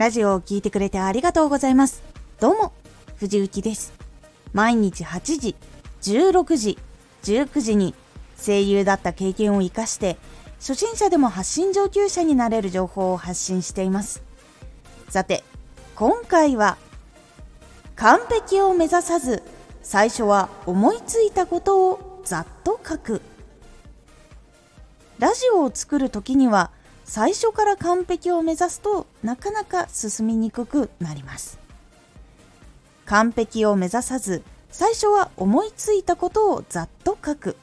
ラジオを聞いてくれてありがとうございます。どうも、藤幸です。毎日8時、16時、19時に声優だった経験を生かして初心者でも発信上級者になれる情報を発信しています。さて、今回は完璧を目指さず最初は思いついたことをざっと書く。ラジオを作るときには最初から完璧を目指すとなかなか進みにくくなります。完璧を目指さず最初は思いついたことをざっと書く。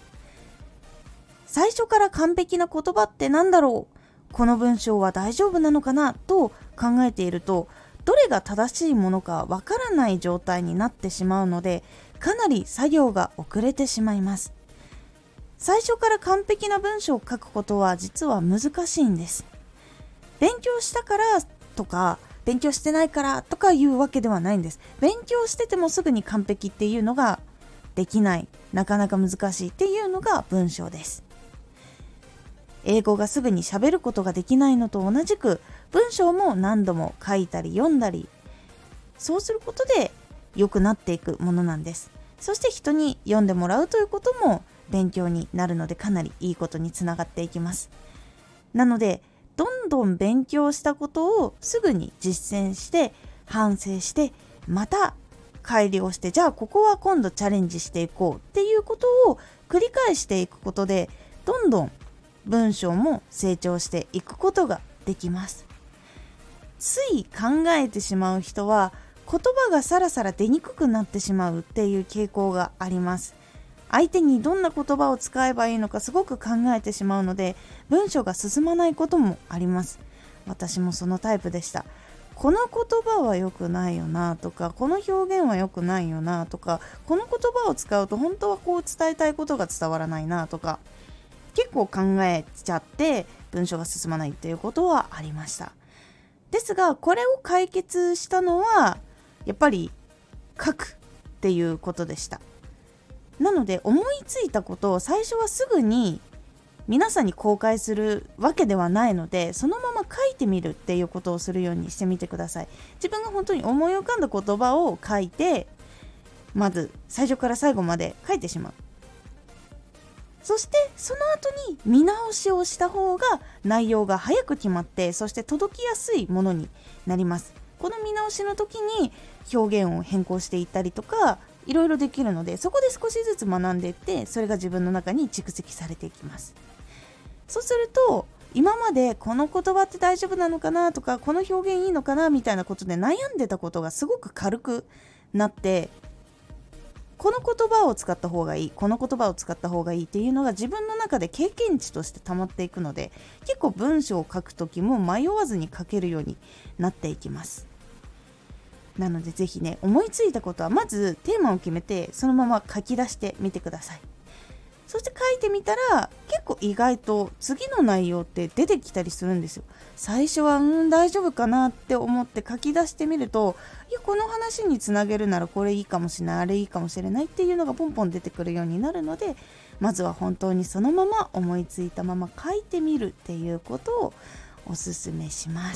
最初から完璧な言葉って何だろう、この文章は大丈夫なのかなと考えていると、どれが正しいものかわからない状態になってしまうので、かなり作業が遅れてしまいます。最初から完璧な文章を書くことは実は難しいんです。勉強したからとか勉強してないからとかいうわけではないんです。勉強しててもすぐに完璧っていうのができない、なかなか難しいっていうのが文章です。英語がすぐに喋ることができないのと同じく、文章も何度も書いたり読んだり、そうすることで良くなっていくものなんです。そして人に読んでもらうということも勉強になるので、かなりいいことにつながっていきます。なので、どんどん勉強したことをすぐに実践して反省して、また改良して、じゃあここは今度チャレンジしていこうっていうことを繰り返していくことで、どんどん文章も成長していくことができます。つい考えてしまう人は言葉がさらさら出にくくなってしまうっていう傾向があります。相手にどんな言葉を使えばいいのかすごく考えてしまうので、文章が進まないこともあります。私もそのタイプでした。この言葉は良くないよなとか、この表現は良くないよなとか、この言葉を使うと本当はこう伝えたいことが伝わらないなとか、結構考えちゃって文章が進まないっていうことはありました。ですが、これを解決したのはやっぱり書くっていうことでした。なので、思いついたことを最初はすぐに皆さんに公開するわけではないので、そのまま書いてみるっていうことをするようにしてみてください。自分が本当に思い浮かんだ言葉を書いて、まず最初から最後まで書いてしまう。そしてその後に見直しをした方が内容が早く決まって、そして届きやすいものになります。この見直しの時に表現を変更していったりとか、いろいろできるので、そこで少しずつ学んでいって、それが自分の中に蓄積されていきます。そうすると、今までこの言葉って大丈夫なのかなとか、この表現いいのかなみたいなことで悩んでたことがすごく軽くなって、この言葉を使った方がいい、この言葉を使った方がいいっていうのが自分の中で経験値として溜まっていくので、結構文章を書くときも迷わずに書けるようになっていきます。なのでぜひね、思いついたことはまずテーマを決めてそのまま書き出してみてください。そして書いてみたら、結構意外と次の内容って出てきたりするんですよ。最初は大丈夫かなって思って書き出してみると、いやこの話につなげるならこれいいかもしれない、あれいいかもしれないっていうのがポンポン出てくるようになるので、まずは本当にそのまま思いついたまま書いてみるっていうことをおすすめします。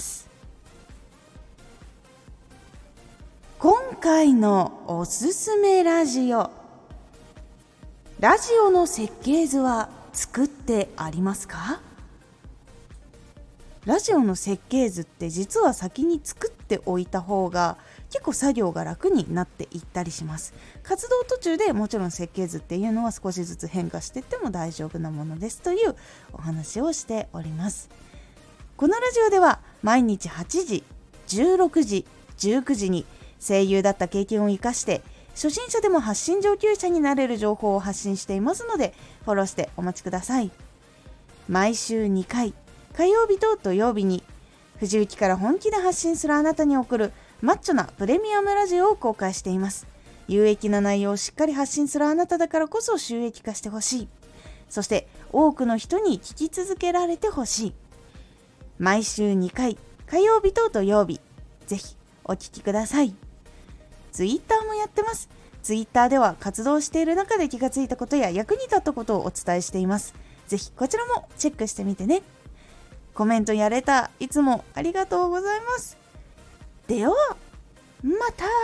今回のおすすめラジオの設計図は作ってありますか？ラジオの設計図って実は先に作っておいた方が結構作業が楽になっていったりします。活動途中でもちろん設計図っていうのは少しずつ変化していっても大丈夫なものですというお話をしております。このラジオでは毎日8時、16時、19時に声優だった経験を生かして初心者でも発信上級者になれる情報を発信していますので、フォローしてお待ちください。毎週2回、火曜日と土曜日に藤雪から本気で発信するあなたに送るマッチョなプレミアムラジオを公開しています。有益な内容をしっかり発信するあなただからこそ収益化してほしい。そして多くの人に聞き続けられてほしい。毎週2回、火曜日と土曜日、ぜひお聞きください。ツイッターもやってます。ツイッターでは活動している中で気がついたことや役に立ったことをお伝えしています。ぜひこちらもチェックしてみてね。コメントやレターいつもありがとうございます。 ではまた。